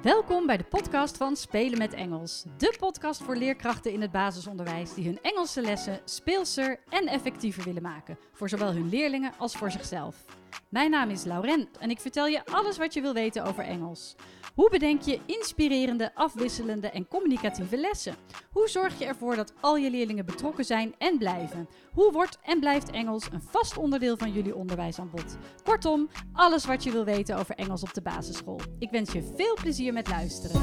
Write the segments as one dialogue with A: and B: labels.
A: Welkom bij de podcast van Spelen met Engels. De podcast voor leerkrachten in het basisonderwijs die hun Engelse lessen speelser en effectiever willen maken. Voor zowel hun leerlingen als voor zichzelf. Mijn naam is Lauren en ik vertel je alles wat je wil weten over Engels. Hoe bedenk je inspirerende, afwisselende en communicatieve lessen? Hoe zorg je ervoor dat al je leerlingen betrokken zijn en blijven? Hoe wordt en blijft Engels een vast onderdeel van jullie onderwijsaanbod? Kortom, alles wat je wil weten over Engels op de basisschool. Ik wens je veel plezier met luisteren.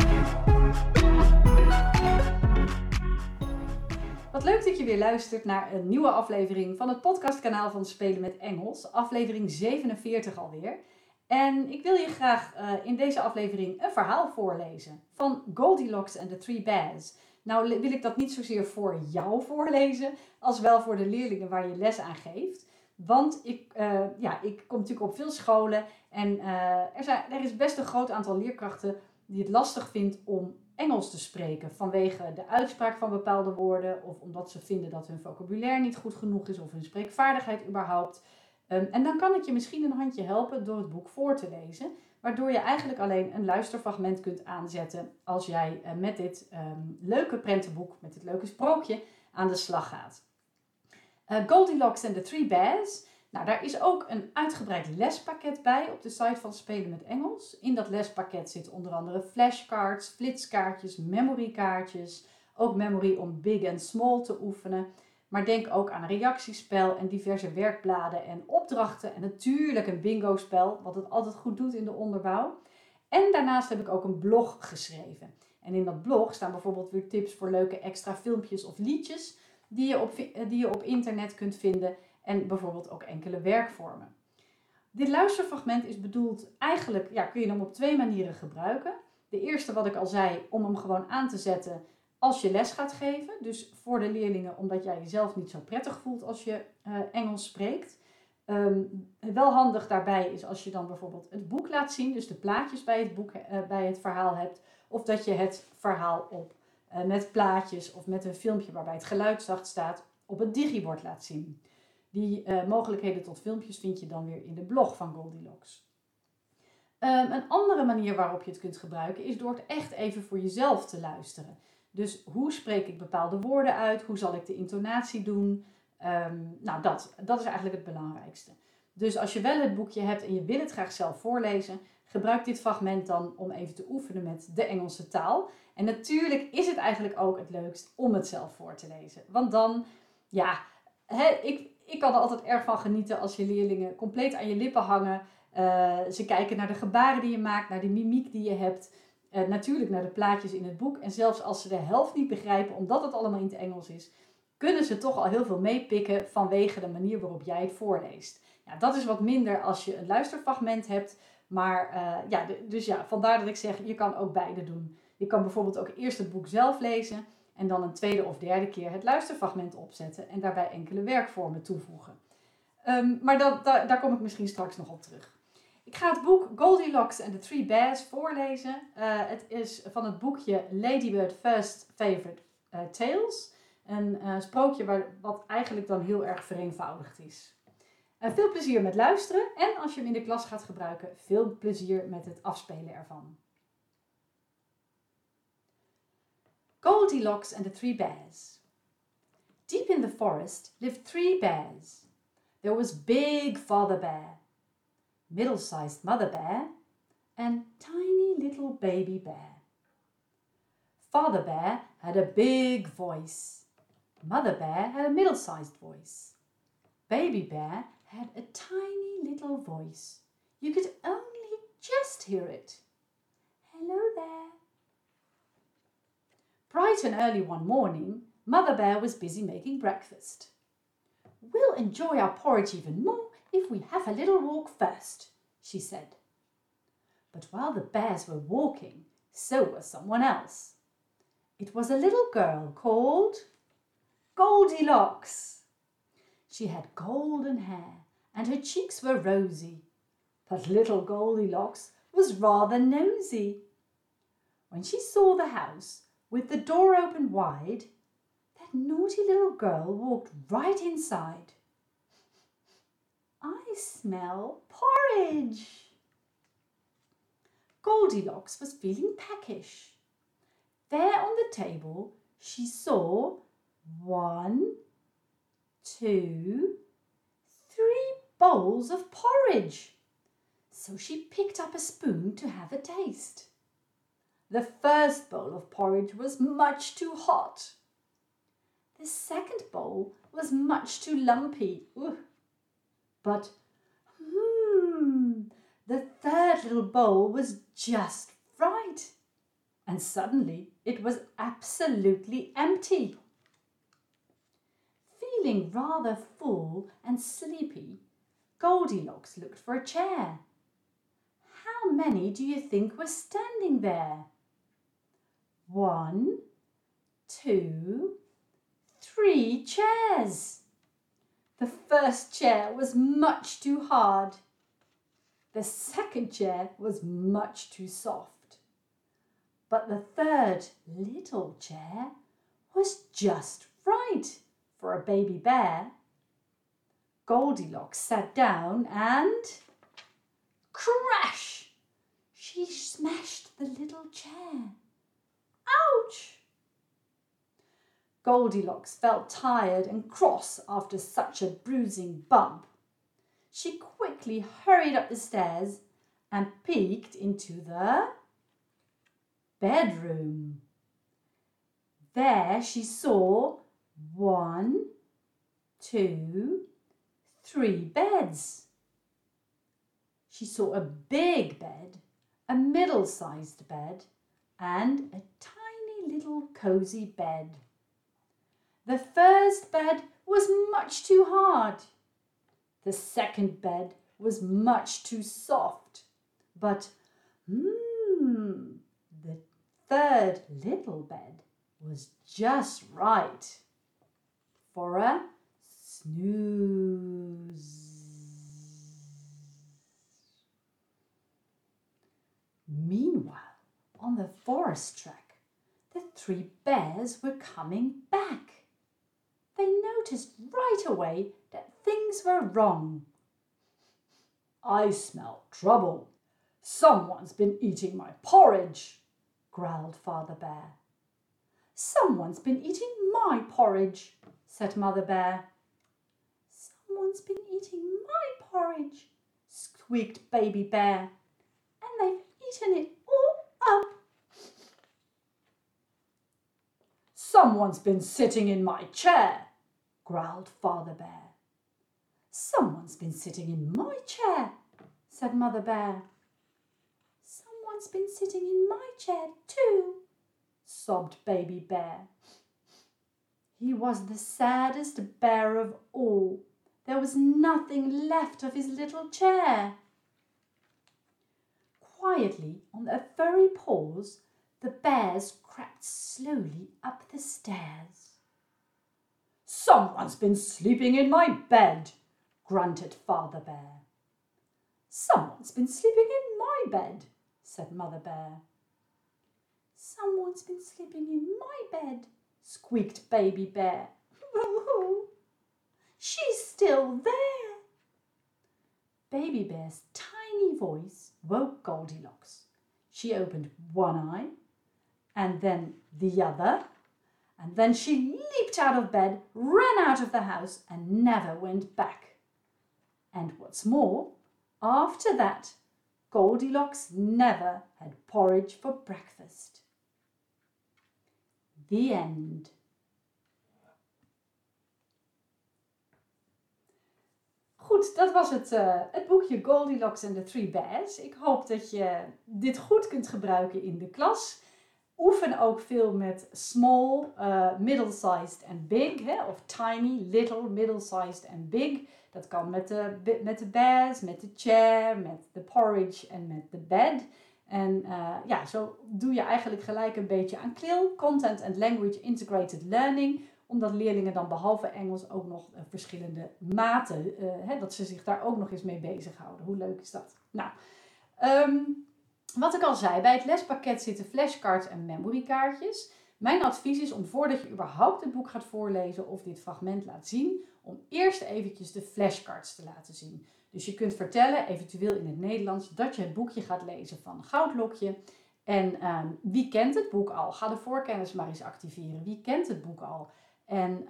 A: Wat leuk dat je weer luistert naar een nieuwe aflevering van het podcastkanaal van Spelen met Engels. Aflevering 47 alweer. En ik wil je graag in deze aflevering een verhaal voorlezen van Goldilocks and the Three Bears. Nou wil ik dat niet zozeer voor jou voorlezen, als wel voor de leerlingen waar je les aan geeft. Want ik kom natuurlijk op veel scholen en er is best een groot aantal leerkrachten die het lastig vindt om Engels te spreken. Vanwege de uitspraak van bepaalde woorden of omdat ze vinden dat hun vocabulaire niet goed genoeg is of hun spreekvaardigheid überhaupt. En dan kan ik je misschien een handje helpen door het boek voor te lezen. Waardoor je eigenlijk alleen een luisterfragment kunt aanzetten als jij met dit leuke prentenboek, met dit leuke sprookje aan de slag gaat. Goldilocks and the Three Bears. Nou, daar is ook een uitgebreid lespakket bij op de site van Spelen met Engels. In dat lespakket zitten onder andere flashcards, flitskaartjes, memorykaartjes. Ook memory om big en small te oefenen. Maar denk ook aan een reactiespel en diverse werkbladen en opdrachten. En natuurlijk een bingo-spel, wat het altijd goed doet in de onderbouw. En daarnaast heb ik ook een blog geschreven. En in dat blog staan bijvoorbeeld weer tips voor leuke extra filmpjes of liedjes die je op internet kunt vinden. En bijvoorbeeld ook enkele werkvormen. Dit luisterfragment is bedoeld, eigenlijk kun je hem op twee manieren gebruiken. De eerste, wat ik al zei, om hem gewoon aan te zetten als je les gaat geven. Dus voor de leerlingen, omdat jij jezelf niet zo prettig voelt als je Engels spreekt. Wel handig daarbij is als je dan bijvoorbeeld het boek laat zien. Dus de plaatjes bij het verhaal hebt. Of dat je het verhaal met plaatjes of met een filmpje waarbij het geluid zacht staat op het digibord laat zien. Die mogelijkheden tot filmpjes vind je dan weer in de blog van Goldilocks. Een andere manier waarop je het kunt gebruiken is door het echt even voor jezelf te luisteren. Dus hoe spreek ik bepaalde woorden uit? Hoe zal ik de intonatie doen? Dat is eigenlijk het belangrijkste. Dus als je wel het boekje hebt en je wil het graag zelf voorlezen, gebruik dit fragment dan om even te oefenen met de Engelse taal. En natuurlijk is het eigenlijk ook het leukst om het zelf voor te lezen. Want dan, ik kan er altijd erg van genieten als je leerlingen compleet aan je lippen hangen. Ze kijken naar de gebaren die je maakt, naar de mimiek die je hebt. Natuurlijk naar de plaatjes in het boek. En zelfs als ze de helft niet begrijpen, omdat het allemaal in het Engels is, kunnen ze toch al heel veel meepikken vanwege de manier waarop jij het voorleest. Ja, dat is wat minder als je een luisterfragment hebt. Maar vandaar dat ik zeg, je kan ook beide doen. Je kan bijvoorbeeld ook eerst het boek zelf lezen en dan een tweede of derde keer het luisterfragment opzetten en daarbij enkele werkvormen toevoegen. Maar daar kom ik misschien straks nog op terug. Ik ga het boek Goldilocks and the Three Bears voorlezen. Het is van het boekje Ladybird First Favorite Tales. Een sprookje wat eigenlijk dan heel erg vereenvoudigd is. Veel plezier met luisteren en als je hem in de klas gaat gebruiken, veel plezier met het afspelen ervan. Goldilocks and the Three Bears. Deep in the forest lived three bears. There was big Father Bear, middle-sized Mother Bear, and tiny little baby bear. Father Bear had a big voice. Mother Bear had a middle-sized voice. Baby Bear had a tiny little voice. You could only just hear it. Hello there. Bright and early one morning, Mother Bear was busy making breakfast. We'll enjoy our porridge even more if we have a little walk first, she said. But while the bears were walking, so was someone else. It was a little girl called Goldilocks. She had golden hair and her cheeks were rosy, but little Goldilocks was rather nosy. When she saw the house, with the door open wide, that naughty little girl walked right inside. I smell porridge. Goldilocks was feeling peckish. There on the table, she saw 1, 2, 3 bowls of porridge. So she picked up a spoon to have a taste. The first bowl of porridge was much too hot. The second bowl was much too lumpy. Ugh. But, the third little bowl was just right. And suddenly it was absolutely empty. Feeling rather full and sleepy, Goldilocks looked for a chair. How many do you think were standing there? 1, 2, 3 chairs. The first chair was much too hard. The second chair was much too soft. But the third little chair was just right for a baby bear. Goldilocks sat down and crash! She smashed the little chair. Ouch! Goldilocks felt tired and cross after such a bruising bump. She quickly hurried up the stairs and peeked into the bedroom. There she saw 1, 2, 3 beds. She saw a big bed, a middle-sized bed, and a tiny little cosy bed. The first bed was much too hard. The second bed was much too soft. But, the third little bed was just right for a snooze. Meanwhile, on the forest track, the 3 bears were coming back. They noticed right away that things were wrong. I smell trouble. Someone's been eating my porridge, growled Father Bear. Someone's been eating my porridge, said Mother Bear. Someone's been eating my porridge, squeaked Baby Bear, and they've eaten it all up. Someone's been sitting in my chair, growled Father Bear. Someone's been sitting in my chair, said Mother Bear. Someone's been sitting in my chair too, sobbed Baby Bear. He was the saddest bear of all. There was nothing left of his little chair. Quietly, on their very paws, the bears crept slowly up the stairs. Someone's been sleeping in my bed, grunted Father Bear. Someone's been sleeping in my bed, said Mother Bear. Someone's been sleeping in my bed, squeaked Baby Bear. She's still there. Baby Bear's tiny voice woke Goldilocks. She opened one eye, and then the other, and then she leaped out of bed, ran out of the house, and never went back. And what's more, after that, Goldilocks never had porridge for breakfast. The end. Goed, dat was het boekje Goldilocks and the Three Bears. Ik hoop dat je dit goed kunt gebruiken in de klas. Oefen ook veel met small, middle-sized en big. Of tiny, little, middle-sized en big. Dat kan met de bears, met de chair, met de porridge en met de bed. En zo doe je eigenlijk gelijk een beetje aan CLIL, Content and Language Integrated Learning. Omdat leerlingen dan behalve Engels ook nog verschillende maten, dat ze zich daar ook nog eens mee bezighouden. Hoe leuk is dat? Nou, wat ik al zei, bij het lespakket zitten flashcards en memorykaartjes. Mijn advies is om voordat je überhaupt het boek gaat voorlezen of dit fragment laat zien, om eerst eventjes de flashcards te laten zien. Dus je kunt vertellen, eventueel in het Nederlands, dat je het boekje gaat lezen van Goudlokje. En wie kent het boek al? Ga de voorkennis maar eens activeren. Wie kent het boek al? En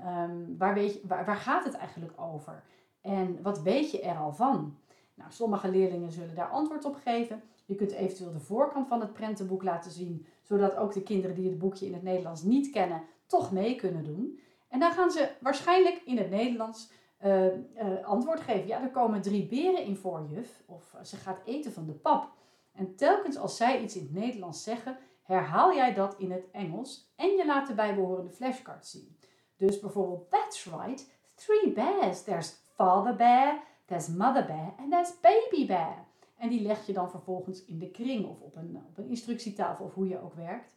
A: waar gaat het eigenlijk over? En wat weet je er al van? Nou, sommige leerlingen zullen daar antwoord op geven. Je kunt eventueel de voorkant van het prentenboek laten zien, zodat ook de kinderen die het boekje in het Nederlands niet kennen, toch mee kunnen doen. En dan gaan ze waarschijnlijk in het Nederlands antwoord geven. Ja, er komen 3 beren in voor, juf. Of ze gaat eten van de pap. En telkens als zij iets in het Nederlands zeggen, herhaal jij dat in het Engels en je laat de bijbehorende flashcards zien. Dus bijvoorbeeld, that's right, 3 bears. There's father bear, there's mother bear en there's baby bear. En die leg je dan vervolgens in de kring of op een instructietafel of hoe je ook werkt.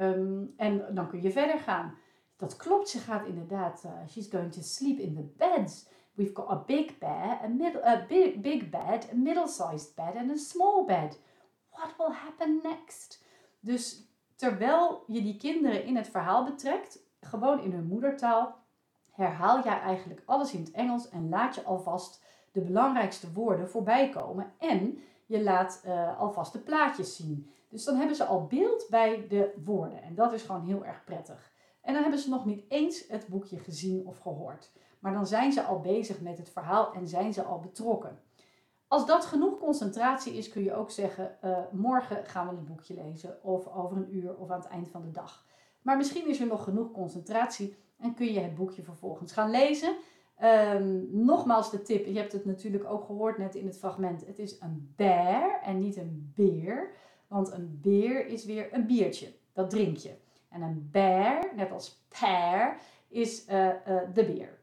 A: En dan kun je verder gaan. Dat klopt, ze gaat inderdaad, she's going to sleep in the beds. We've got a big bear, a big bed, a middle-sized bed and a small bed. What will happen next? Dus terwijl je die kinderen in het verhaal betrekt, gewoon in hun moedertaal, herhaal jij eigenlijk alles in het Engels en laat je alvast de belangrijkste woorden voorbij komen. En je laat alvast de plaatjes zien. Dus dan hebben ze al beeld bij de woorden. En dat is gewoon heel erg prettig. En dan hebben ze nog niet eens het boekje gezien of gehoord. Maar dan zijn ze al bezig met het verhaal en zijn ze al betrokken. Als dat genoeg concentratie is, kun je ook zeggen, morgen gaan we het boekje lezen. Of over een uur of aan het eind van de dag. Maar misschien is er nog genoeg concentratie en kun je het boekje vervolgens gaan lezen. Nogmaals de tip, je hebt het natuurlijk ook gehoord net in het fragment. Het is een bear en niet een beer. Want een beer is weer een biertje, dat drink je. En een bear, net als pear, is de beer.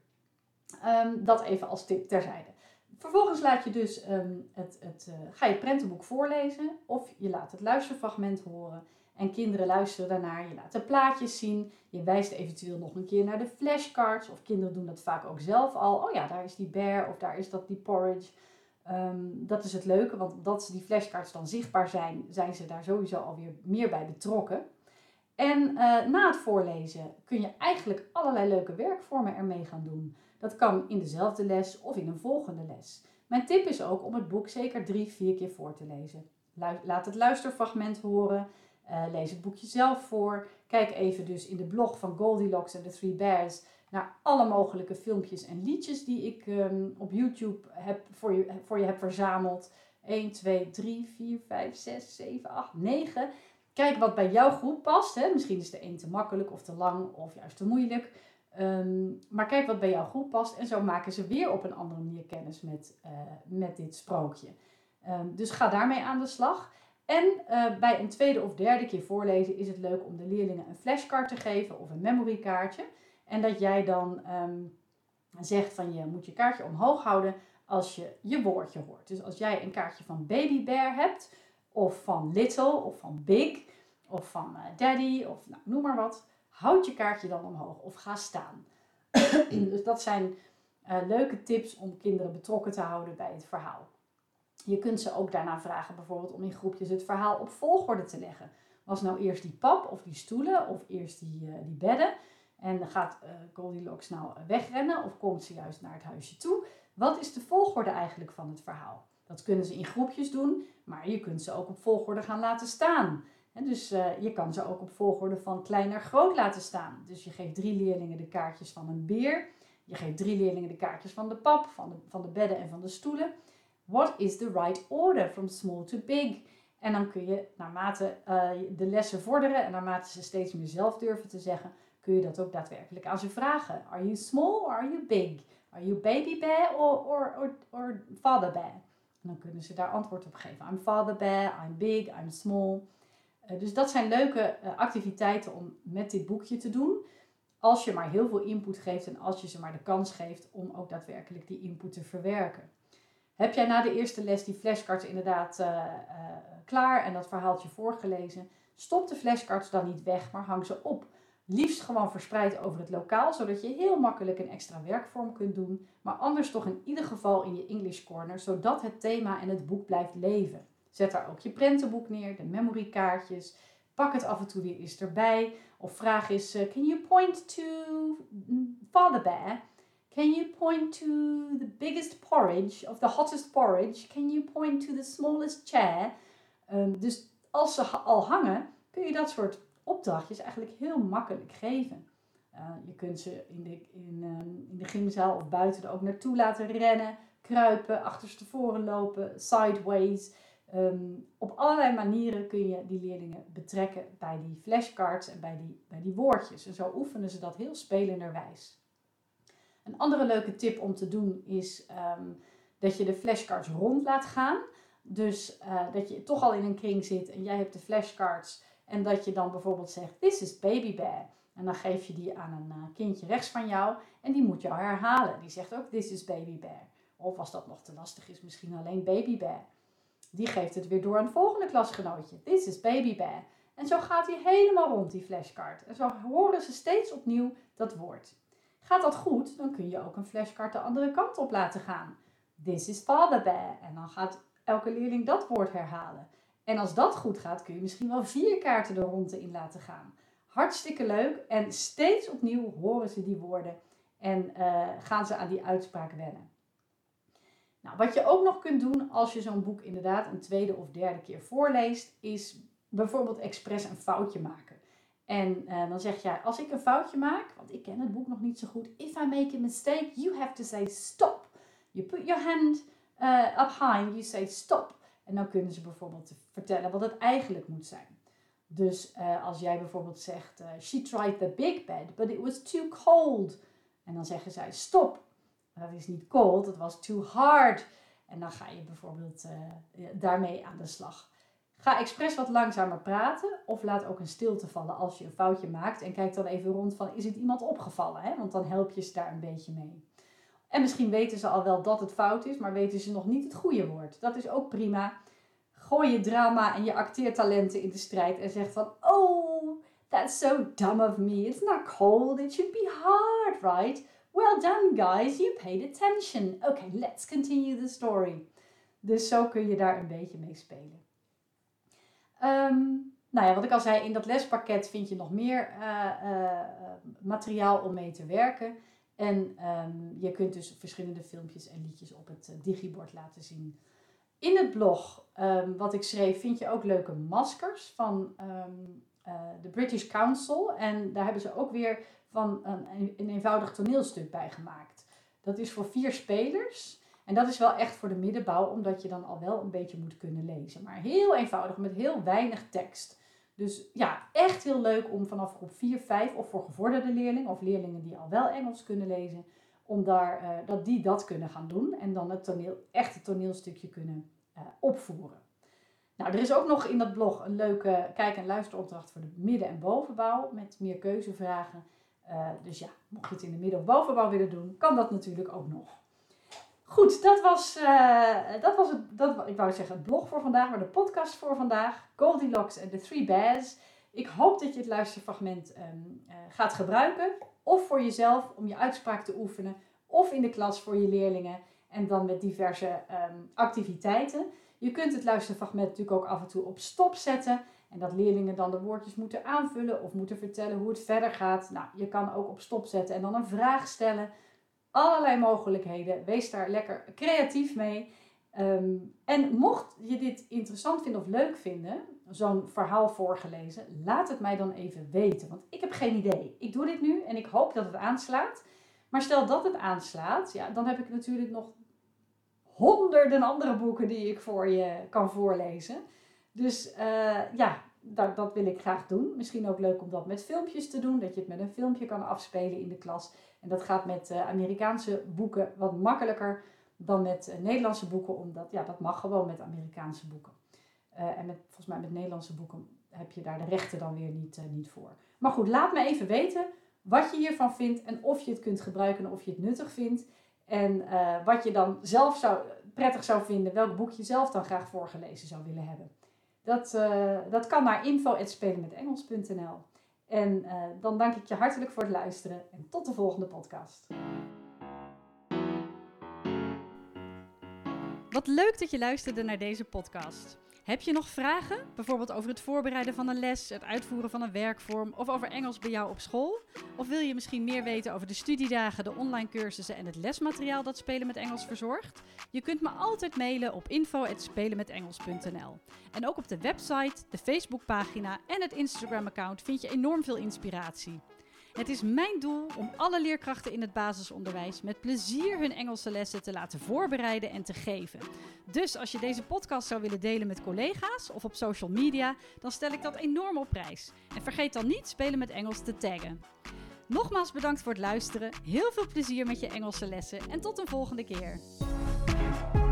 A: Dat even als tip terzijde. Vervolgens laat je dus ga je het prentenboek voorlezen of je laat het luisterfragment horen. En kinderen luisteren daarnaar, je laat de plaatjes zien. Je wijst eventueel nog een keer naar de flashcards. Of kinderen doen dat vaak ook zelf al. Oh ja, daar is die bear of daar is die porridge. Dat is het leuke, want omdat die flashcards dan zichtbaar zijn ze daar sowieso alweer meer bij betrokken. En na het voorlezen kun je eigenlijk allerlei leuke werkvormen ermee gaan doen. Dat kan in dezelfde les of in een volgende les. Mijn tip is ook om het boek zeker 3-4 keer voor te lezen. Laat het luisterfragment horen. Lees het boekje zelf voor. Kijk even dus in de blog van Goldilocks en the Three Bears naar alle mogelijke filmpjes en liedjes die ik op YouTube voor je heb verzameld. 1, 2, 3, 4, 5, 6, 7, 8, 9. Kijk wat bij jouw groep past. Hè? Misschien is de een te makkelijk of te lang of juist te moeilijk. Maar kijk wat bij jouw groep past. En zo maken ze weer op een andere manier kennis met dit sprookje. Dus ga daarmee aan de slag. En bij een tweede of derde keer voorlezen is het leuk om de leerlingen een flashcard te geven of een memorykaartje. En dat jij dan zegt van je moet je kaartje omhoog houden als je je woordje hoort. Dus als jij een kaartje van baby bear hebt, of van little, of van big, of van daddy, of nou, noem maar wat. Houd je kaartje dan omhoog of ga staan. Dus dat zijn leuke tips om kinderen betrokken te houden bij het verhaal. Je kunt ze ook daarna vragen bijvoorbeeld om in groepjes het verhaal op volgorde te leggen. Was nou eerst die pap of die stoelen of eerst die bedden? En gaat Goldilocks nou wegrennen of komt ze juist naar het huisje toe? Wat is de volgorde eigenlijk van het verhaal? Dat kunnen ze in groepjes doen, maar je kunt ze ook op volgorde gaan laten staan. En dus je kan ze ook op volgorde van klein naar groot laten staan. Dus je geeft 3 leerlingen de kaartjes van een beer. Je geeft 3 leerlingen de kaartjes van de pap, van de bedden en van de stoelen. What is the right order from small to big? En dan kun je naarmate de lessen vorderen en naarmate ze steeds meer zelf durven te zeggen, kun je dat ook daadwerkelijk aan ze vragen. Are you small or are you big? Are you baby bear or father bear? En dan kunnen ze daar antwoord op geven. I'm father bear, I'm big, I'm small. Dus dat zijn leuke activiteiten om met dit boekje te doen. Als je maar heel veel input geeft en als je ze maar de kans geeft om ook daadwerkelijk die input te verwerken. Heb jij na de eerste les die flashcards inderdaad klaar en dat verhaaltje voorgelezen? Stop de flashcards dan niet weg, maar hang ze op. Liefst gewoon verspreid over het lokaal, zodat je heel makkelijk een extra werkvorm kunt doen. Maar anders toch in ieder geval in je English Corner, zodat het thema en het boek blijft leven. Zet daar ook je prentenboek neer, de memorykaartjes. Pak het af en toe weer eens erbij. Of vraag eens, can you point to Father Bear? Can you point to the biggest porridge of the hottest porridge? Can you point to the smallest chair? Dus als ze al hangen, kun je dat soort opdrachtjes eigenlijk heel makkelijk geven. Je kunt ze in de gymzaal of buiten er ook naartoe laten rennen, kruipen, achterstevoren lopen, sideways. Op allerlei manieren kun je die leerlingen betrekken bij die flashcards en bij die woordjes. En zo oefenen ze dat heel spelenderwijs. Een andere leuke tip om te doen is dat je de flashcards rond laat gaan. Dus dat je toch al in een kring zit en jij hebt de flashcards. En dat je dan bijvoorbeeld zegt, this is Baby Bear. En dan geef je die aan een kindje rechts van jou en die moet jou herhalen. Die zegt ook, this is Baby Bear. Of als dat nog te lastig is, misschien alleen Baby Bear. Die geeft het weer door aan het volgende klasgenootje. This is Baby Bear. En zo gaat hij helemaal rond, die flashcard. En zo horen ze steeds opnieuw dat woord. Gaat dat goed, dan kun je ook een flashcard de andere kant op laten gaan. This is Father Bear. En dan gaat elke leerling dat woord herhalen. En als dat goed gaat, kun je misschien wel 4 kaarten de ronde in laten gaan. Hartstikke leuk. En steeds opnieuw horen ze die woorden. En gaan ze aan die uitspraak wennen. Nou, wat je ook nog kunt doen als je zo'n boek inderdaad een 2e of 3e keer voorleest, is bijvoorbeeld expres een foutje maken. En dan zeg jij, als ik een foutje maak, want ik ken het boek nog niet zo goed. If I make a mistake, you have to say stop. You put your hand up high and you say stop. En dan kunnen ze bijvoorbeeld vertellen wat het eigenlijk moet zijn. Dus als jij bijvoorbeeld zegt, she tried the big bed, but it was too cold. En dan zeggen zij stop. Dat is niet cold, het was too hard. En dan ga je bijvoorbeeld daarmee aan de slag. Ga expres wat langzamer praten of laat ook een stilte vallen als je een foutje maakt. En kijk dan even rond van, is het iemand opgevallen? Hè? Want dan help je ze daar een beetje mee. En misschien weten ze al wel dat het fout is, maar weten ze nog niet het goede woord. Dat is ook prima. Gooi je drama en je acteertalenten in de strijd en zeg van, oh, that's so dumb of me. It's not cold, it should be hard, right? Well done, guys, you paid attention. Okay, let's continue the story. Dus zo kun je daar een beetje mee spelen. Nou ja, wat ik al zei, in dat lespakket vind je nog meer materiaal om mee te werken. En je kunt dus verschillende filmpjes en liedjes op het digibord laten zien. In het blog wat ik schreef vind je ook leuke maskers van de British Council. En daar hebben ze ook weer van een eenvoudig toneelstuk bij gemaakt. Dat is voor 4 spelers. En dat is wel echt voor de middenbouw, omdat je dan al wel een beetje moet kunnen lezen. Maar heel eenvoudig, met heel weinig tekst. Dus ja, echt heel leuk om vanaf groep 4, 5 of voor gevorderde leerlingen of leerlingen die al wel Engels kunnen lezen, om dat kunnen gaan doen en dan het echte toneelstukje kunnen opvoeren. Nou, er is ook nog in dat blog een leuke kijk- en luisteropdracht voor de midden- en bovenbouw met meer keuzevragen. Dus ja, mocht je het in de midden- of bovenbouw willen doen, kan dat natuurlijk ook nog. Goed, dat was het blog voor vandaag, maar de podcast voor vandaag. Goldilocks and the Three Bears. Ik hoop dat je het luisterfragment gaat gebruiken. Of voor jezelf om je uitspraak te oefenen. Of in de klas voor je leerlingen. En dan met diverse activiteiten. Je kunt het luisterfragment natuurlijk ook af en toe op stop zetten. En dat leerlingen dan de woordjes moeten aanvullen of moeten vertellen hoe het verder gaat. Nou, je kan ook op stop zetten en dan een vraag stellen. Allerlei mogelijkheden. Wees daar lekker creatief mee. En mocht je dit interessant vinden of leuk vinden, zo'n verhaal voorgelezen, laat het mij dan even weten. Want ik heb geen idee. Ik doe dit nu en ik hoop dat het aanslaat. Maar stel dat het aanslaat, ja, dan heb ik natuurlijk nog honderden andere boeken die ik voor je kan voorlezen. Dus dat wil ik graag doen. Misschien ook leuk om dat met filmpjes te doen. Dat je het met een filmpje kan afspelen in de klas. En dat gaat met Amerikaanse boeken wat makkelijker dan met Nederlandse boeken. Omdat, ja, dat mag gewoon met Amerikaanse boeken. En volgens mij met Nederlandse boeken heb je daar de rechten dan weer niet voor. Maar goed, laat me even weten wat je hiervan vindt. En of je het kunt gebruiken en of je het nuttig vindt. En wat je dan zelf prettig zou vinden. Welk boek je zelf dan graag voorgelezen zou willen hebben. Dat kan naar info@spelenmetengels.nl. En dan dank ik je hartelijk voor het luisteren en tot de volgende podcast.
B: Wat leuk dat je luisterde naar deze podcast.
A: Heb je nog vragen? Bijvoorbeeld over het voorbereiden van een les, het uitvoeren van een werkvorm of over Engels bij jou op school? Of wil je misschien meer weten over de studiedagen, de online cursussen en het lesmateriaal dat Spelen met Engels verzorgt? Je kunt me altijd mailen op info@spelenmetengels.nl. En ook op de website, de Facebookpagina en het Instagram-account vind je enorm veel inspiratie. Het is mijn doel om alle leerkrachten in het basisonderwijs met plezier hun Engelse lessen te laten voorbereiden en te geven. Dus als je deze podcast zou willen delen met collega's of op social media, dan stel ik dat enorm op prijs. En vergeet dan niet Spelen met Engels te taggen. Nogmaals bedankt voor het luisteren, heel veel plezier met je Engelse lessen en tot een volgende keer.